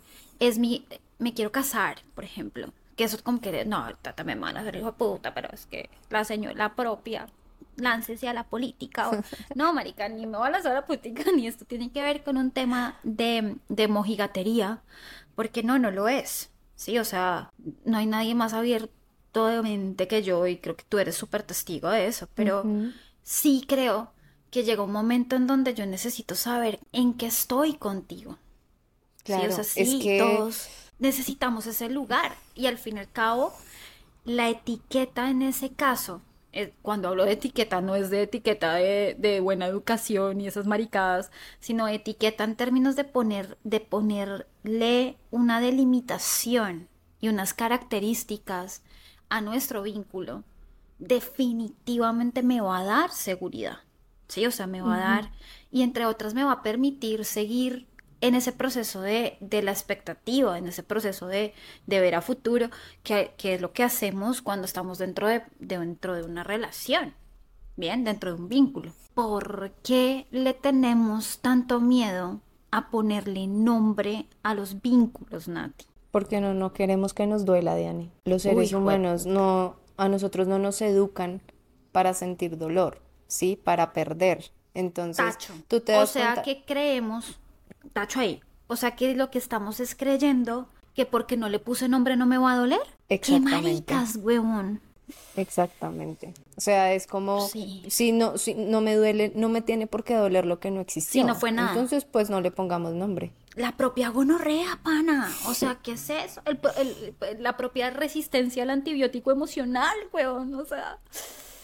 me quiero casar, por ejemplo? Que eso es como que no, tata me van a hacer hijo de puta, pero es que la señora propia, láncese a la política. No, marica, ni me voy a lanzar a la política, ni esto tiene que ver con un tema de mojigatería, porque no lo es. Sí, o sea, no hay nadie más abierto de mente que yo y creo que tú eres súper testigo de eso, pero Ujú. sí creo que llega un momento en donde yo necesito saber en qué estoy contigo. Sí, o sea, Claro, es sí, que todos necesitamos ese lugar y al fin y al cabo, la etiqueta en ese caso, cuando hablo de etiqueta no es de etiqueta de buena educación y esas maricadas, sino etiqueta en términos de ponerle una delimitación y unas características a nuestro vínculo, definitivamente me va a dar seguridad. Sí, o sea, me va a ujú. dar, y entre otras me va a permitir seguir en ese proceso de la expectativa, en ese proceso de ver a futuro, que es lo que hacemos cuando estamos dentro de una relación, bien, dentro de un vínculo. ¿Por qué le tenemos tanto miedo a ponerle nombre a los vínculos, Nati? Porque no queremos que nos duela, Diane. Los Uy, seres humanos no, a nosotros no nos educan para sentir dolor, ¿sí? Para perder. Entonces, tacho. tú te O das sea cuenta. que creemos, tacho ahí. O sea que lo que estamos es creyendo que porque no le puse nombre no me va a doler. ¡Qué Exactamente, maricas, huevón! exactamente. O sea, es como, Sí, si no me duele, no me tiene por qué doler lo que no sí, no existió. fue nada. Entonces, pues no le pongamos nombre. La propia gonorrea, pana. O sea, ¿qué es eso? La propia resistencia al antibiótico emocional, huevón. O sea,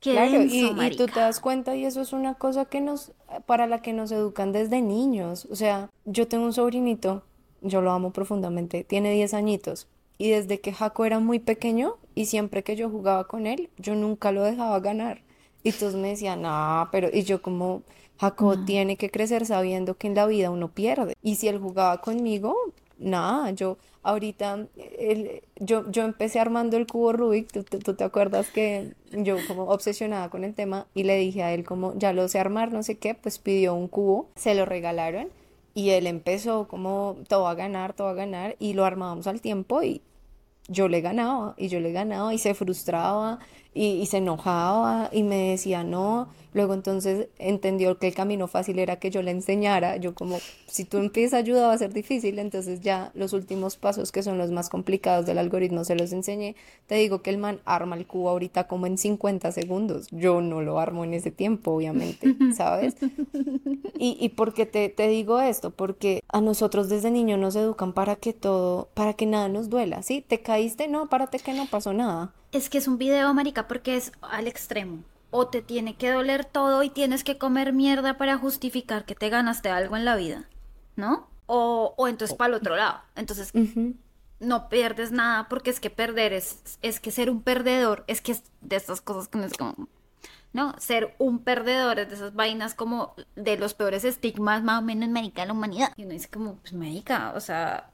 Qué Claro, denso, y tú marica. te das cuenta y eso es una cosa para la que nos educan desde niños. O sea, yo tengo un sobrinito, yo lo amo profundamente, tiene 10 añitos y desde que Jaco era muy pequeño y siempre que yo jugaba con él, yo nunca lo dejaba ganar. Y todos me decían, no, pero, y yo como, Jaco No. tiene que crecer sabiendo que en la vida uno pierde. Y si él jugaba conmigo, nada, ahorita, yo empecé armando el cubo Rubik, tú te acuerdas que yo como obsesionada con el tema y le dije a él como, ya lo sé armar, no sé qué, pues pidió un cubo, se lo regalaron y él empezó como, todo a ganar y lo armábamos al tiempo y yo le ganaba y yo le ganaba y se frustraba y se enojaba y me decía no. Luego entonces entendió que el camino fácil era que yo le enseñara. Yo como, si tú empiezas a ayudar va a ser difícil, entonces ya los últimos pasos que son los más complicados del algoritmo se los enseñé. Te digo que el man arma el cubo ahorita como en 50 segundos. Yo no lo armo en ese tiempo, obviamente, ¿sabes? Y por qué te digo esto, porque a nosotros desde niños nos educan para que nada nos duela, ¿sí? ¿Te caíste? No, párate que no pasó nada. Es que es un video, marica, porque es al extremo. O te tiene que doler todo y tienes que comer mierda para justificar que te ganaste algo en la vida, ¿no? O entonces para el otro lado. Entonces Ujú. no pierdes nada porque es que perder es que ser un perdedor es que es de estas cosas que no es como... No, ser un perdedor es de esas vainas como de los peores estigmas más o menos marica de la humanidad. Y uno dice como, pues marica, o sea,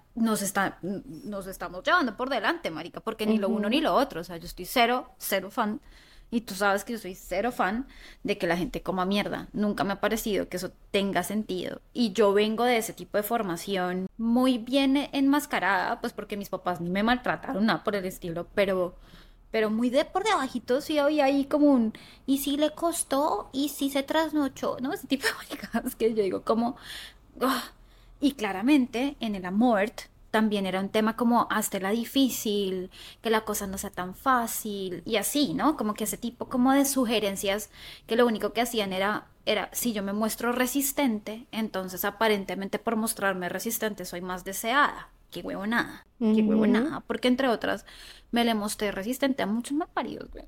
nos estamos llevando por delante, marica, porque ni lo uno ni Ujú. lo otro. O sea, yo estoy cero fan. Y tú sabes que yo soy cero fan de que la gente coma mierda. Nunca me ha parecido que eso tenga sentido. Y yo vengo de ese tipo de formación muy bien enmascarada, pues porque mis papás ni me maltrataron nada por el estilo, pero muy de por debajito sí había ahí como un, y si le costó, y si se trasnochó, ¿no? Ese tipo de maricadas que yo digo como, ugh. Y claramente en el amor también era un tema como hazte la difícil, que la cosa no sea tan fácil, y así, ¿no? Como que ese tipo como de sugerencias que lo único que hacían era, si yo me muestro resistente, entonces aparentemente por mostrarme resistente soy más deseada. Qué Ujú. huevonada, porque entre otras me le mostré resistente a muchos malparidos, güey.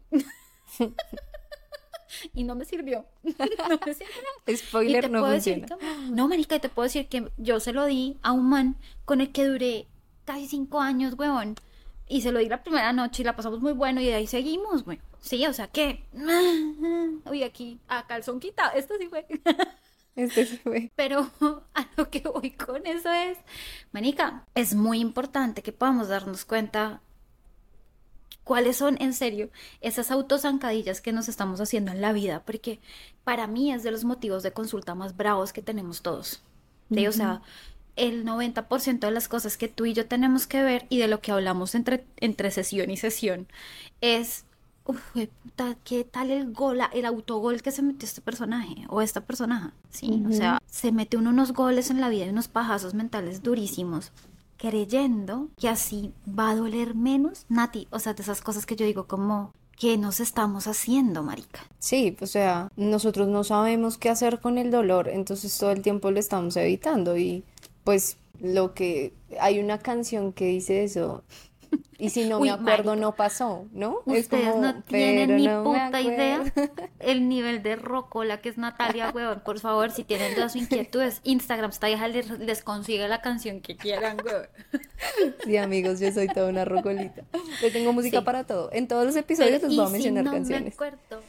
Y no me sirvió. No me sirvió. Y Spoiler, te no puedo decir funciona. que, no, marica, y te puedo decir que yo se lo di a un man con el que duré casi 5 años, huevón. Y se lo di la primera noche y la pasamos muy bueno y de ahí seguimos, güey. Sí, o sea que, uy, aquí, a calzón quitado, esto sí fue. Este se fue. Pero a lo que voy con eso es, manica, es muy importante que podamos darnos cuenta cuáles son en serio esas autozancadillas que nos estamos haciendo en la vida, porque para mí es de los motivos de consulta más bravos que tenemos todos. ¿Sí? O Ujú. sea, el 90% de las cosas que tú y yo tenemos que ver y de lo que hablamos entre sesión y sesión es, uff, puta, ¿qué tal el gol, el autogol que se metió este personaje o esta personaje? Sí, o Ujú. sea, se mete uno unos goles en la vida y unos pajazos mentales durísimos creyendo que así va a doler menos, Nati, o sea, de esas cosas que yo digo como, ¿qué nos estamos haciendo, marica? Sí, o sea, nosotros no sabemos qué hacer con el dolor, entonces todo el tiempo lo estamos evitando y pues hay una canción que dice eso, y si no me Uy, acuerdo marica, no pasó, ¿no? Es ustedes no como, tienen pero ni no me puta idea acuerdo. el nivel de rocola que es Natalia, weón. Por favor, si tienen dudas o inquietudes, Instagram, esta vieja les consigue la canción que quieran, weón. Sí, amigos, yo soy toda una rocolita. Yo tengo música Sí, para todo. En todos los pero episodios les voy y a si mencionar no me canciones. acuerdo.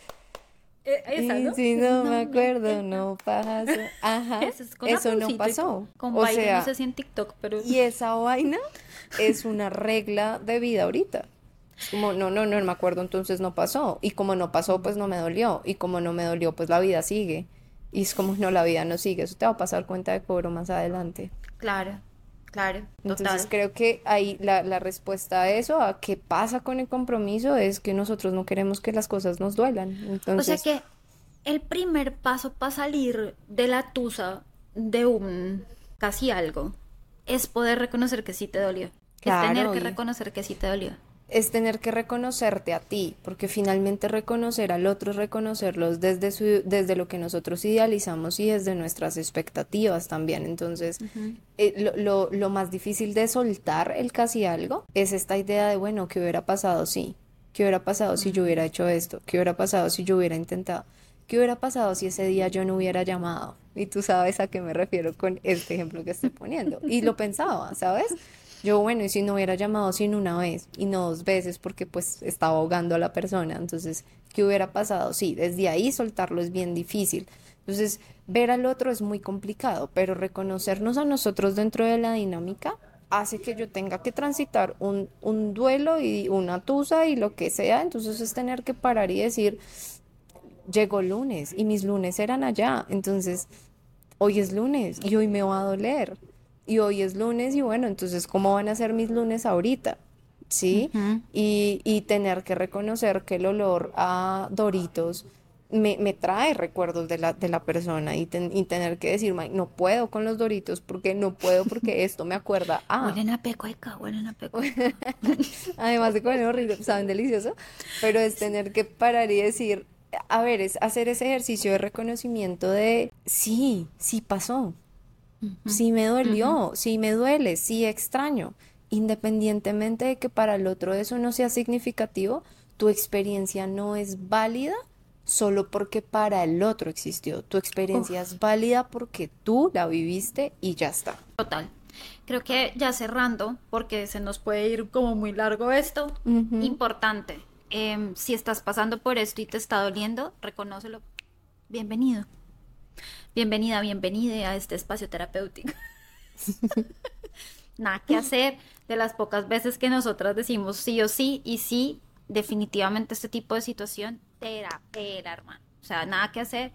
Esa, Y ¿no? si Si no me no me acuerdo, acuerdo. no pasó. Ajá, Eso es con eso no Ramoncito y todo. pasó. Con O baile, no sea, sé si en TikTok, pero y esa vaina es una regla de vida ahorita. Es como, no me acuerdo, entonces no pasó. Y como no pasó, pues no me dolió. Y como no me dolió, pues la vida sigue. Y es como, no, la vida no sigue. Eso te va a pasar cuenta de cobro más adelante. claro, claro, Entonces total. creo que ahí la respuesta a eso, a qué pasa con el compromiso, es que nosotros no queremos que las cosas nos duelan. O sea Entonces, que el primer paso para salir de la tusa de un casi algo es poder reconocer que sí te dolió. Es tener claro, que y reconocer que sí te dolió. es tener que reconocerte a ti, porque finalmente reconocer al otro es reconocerlos desde lo que nosotros idealizamos y desde nuestras expectativas también. Entonces, Ujú. lo más difícil de soltar el casi algo es esta idea de, bueno, ¿qué hubiera pasado? Sí, ¿Qué hubiera pasado si yo hubiera hecho esto? ¿Qué hubiera pasado si yo hubiera intentado? ¿Qué hubiera pasado si ese día yo no hubiera llamado? Y tú sabes a qué me refiero con este ejemplo que estoy poniendo. Y lo pensaba, ¿sabes? Yo, bueno, y si no hubiera llamado sin una vez y no dos veces porque pues estaba ahogando a la persona, entonces, ¿qué hubiera pasado? Sí, desde ahí soltarlo es bien difícil. Entonces, ver al otro es muy complicado, pero reconocernos a nosotros dentro de la dinámica hace que yo tenga que transitar un duelo y una tusa y lo que sea, entonces es tener que parar y decir, llegó lunes y mis lunes eran allá, entonces hoy es lunes y hoy me va a doler. Y hoy es lunes y bueno, entonces ¿cómo van a ser mis lunes ahorita? ¿Sí? Ujú. Y tener que reconocer que el olor a Doritos me trae recuerdos de la persona y tener que decir, "May, no puedo con los Doritos porque no puedo porque esto me acuerda a... Huelen a pecueca, huelen a pecueca. Además de comer horrible, saben delicioso, pero es tener que parar y decir, a ver, es hacer ese ejercicio de reconocimiento de, sí, sí pasó, Ujú, sí me ujú. dolió, sí me duele, sí extraño, independientemente de que para el otro eso no sea significativo, tu experiencia no es válida solo porque para el otro existió, tu experiencia Uf, es válida porque tú la viviste y ya está. total. Creo que ya cerrando, porque se nos puede ir como muy largo esto, Ujú. importante, si estás pasando por esto y te está doliendo, reconócelo. Bienvenido, bienvenida, bienvenide a este espacio terapéutico. Nada que hacer, de las pocas veces que nosotras decimos sí o sí, y sí, definitivamente este tipo de situación, terapia, hermano. O sea, nada que hacer,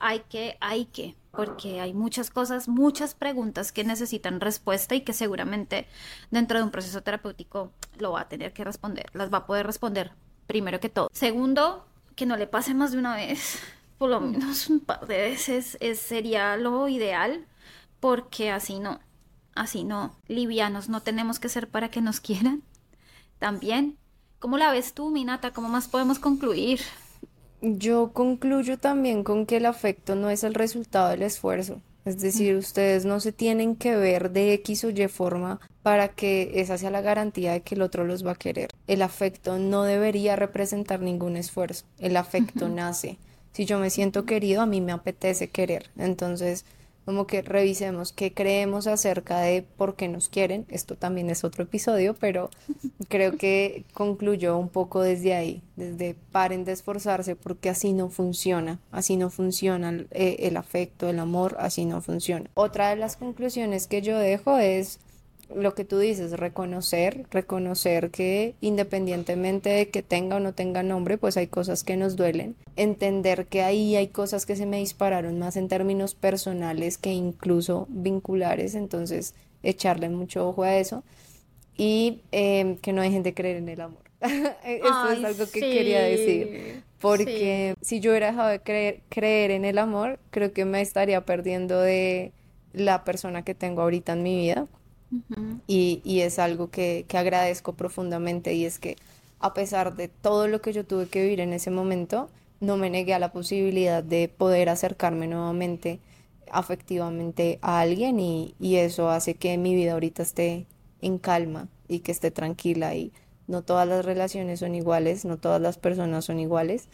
porque hay muchas cosas, muchas preguntas que necesitan respuesta y que seguramente dentro de un proceso terapéutico lo va a tener que responder, las va a poder responder primero que todo. Segundo, que no le pase más de una vez, por lo menos un par de veces, sería lo ideal, porque así no, livianos no tenemos que ser para que nos quieran. También, ¿cómo la ves tú, Minata? ¿Cómo más podemos concluir? Yo concluyo también con que el afecto no es el resultado del esfuerzo. Es decir, ustedes no se tienen que ver de X o Y forma para que esa sea la garantía de que el otro los va a querer. El afecto no debería representar ningún esfuerzo. El afecto nace. Si yo me siento querido, a mí me apetece querer. Entonces, como que revisemos qué creemos acerca de por qué nos quieren. Esto también es otro episodio, pero creo que concluyó un poco desde ahí, desde paren de esforzarse porque así no funciona el afecto, el amor, así no funciona. Otra de las conclusiones que yo dejo es lo que tú dices, reconocer que independientemente de que tenga o no tenga nombre, pues hay cosas que nos duelen, entender que ahí hay cosas que se me dispararon más en términos personales que incluso vinculares, entonces echarle mucho ojo a eso y que no dejen de creer en el amor. Esto es Ay, algo que quería decir, sí, porque sí. si yo hubiera dejado de creer en el amor, creo que me estaría perdiendo de la persona que tengo ahorita en mi vida Ujú. y es algo que agradezco profundamente y es que a pesar de todo lo que yo tuve que vivir en ese momento, no me negué a la posibilidad de poder acercarme nuevamente afectivamente a alguien y eso hace que mi vida ahorita esté en calma y que esté tranquila y no todas las relaciones son iguales, no todas las personas son iguales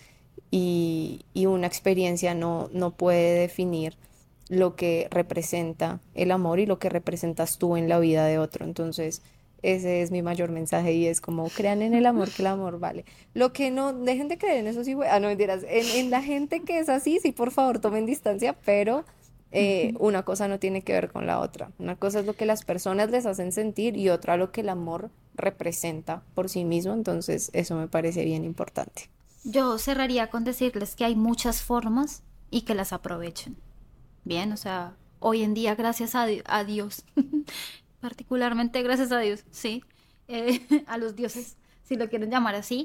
y una experiencia no puede definir lo que representa el amor y lo que representas tú en la vida de otro. Entonces, ese es mi mayor mensaje y es como crean en el amor, que el amor vale. Lo que no, dejen de creer en eso sí, no mentiras, en la gente que es así, sí, por favor, tomen distancia, pero una cosa no tiene que ver con la otra. Una cosa es lo que las personas les hacen sentir y otra lo que el amor representa por sí mismo, entonces eso me parece bien importante. Yo cerraría con decirles que hay muchas formas y que las aprovechen. Bien, o sea, hoy en día, gracias a Dios, particularmente gracias a Dios, sí, a los dioses, si lo quieren llamar así,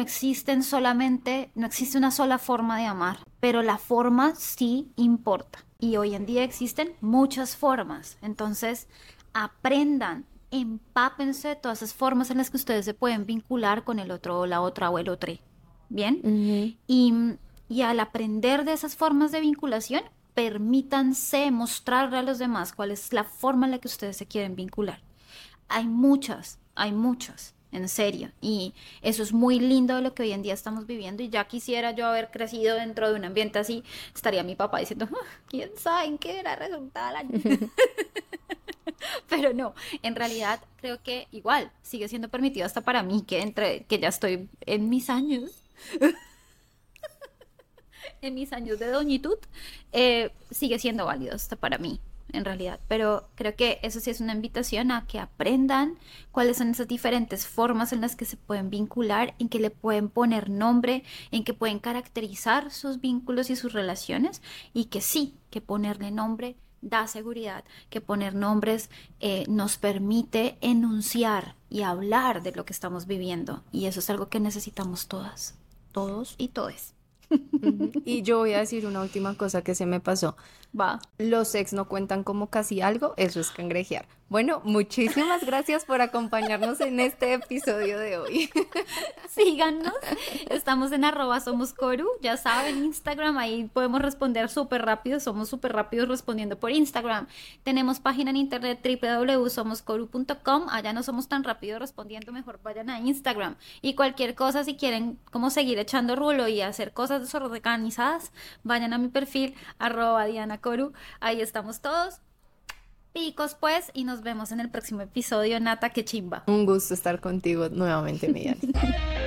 no existe una sola forma de amar, pero la forma sí importa. Y hoy en día existen muchas formas, entonces aprendan, empápense de todas esas formas en las que ustedes se pueden vincular con el otro o la otra o el otro. Bien, Ujú. y, y al aprender de esas formas de vinculación, permítanse mostrarle a los demás cuál es la forma en la que ustedes se quieren vincular. Hay muchas, en serio. Y eso es muy lindo de lo que hoy en día estamos viviendo. Y ya quisiera yo haber crecido dentro de un ambiente así. Estaría mi papá diciendo, ¿quién sabe en qué era resultada la niña? Pero no, en realidad creo que igual sigue siendo permitido hasta para mí, que ya estoy en mis años. En mis años de doñitud, sigue siendo válido hasta para mí, en realidad. Pero creo que eso sí es una invitación a que aprendan cuáles son esas diferentes formas en las que se pueden vincular, en que le pueden poner nombre, en que pueden caracterizar sus vínculos y sus relaciones, y que sí, que ponerle nombre da seguridad, que poner nombres nos permite enunciar y hablar de lo que estamos viviendo. Y eso es algo que necesitamos todas, todos y todes. Y yo voy a decir una última cosa que se me pasó. Va. Los ex no cuentan como casi algo, eso es cangrejear. Bueno, muchísimas gracias por acompañarnos en este episodio de hoy. Síganos, estamos en @somoscoru, ya saben, Instagram, ahí podemos responder súper rápido, somos súper rápidos respondiendo por Instagram. Tenemos página en internet www.somoscoru.com, allá no somos tan rápidos respondiendo, mejor vayan a Instagram. Y cualquier cosa, si quieren como seguir echando rulo y hacer cosas desorganizadas, vayan a mi perfil @DianaCoru, ahí estamos todos. Picos pues, y nos vemos en el próximo episodio. Nata, qué chimba. Un gusto estar contigo nuevamente, Millán.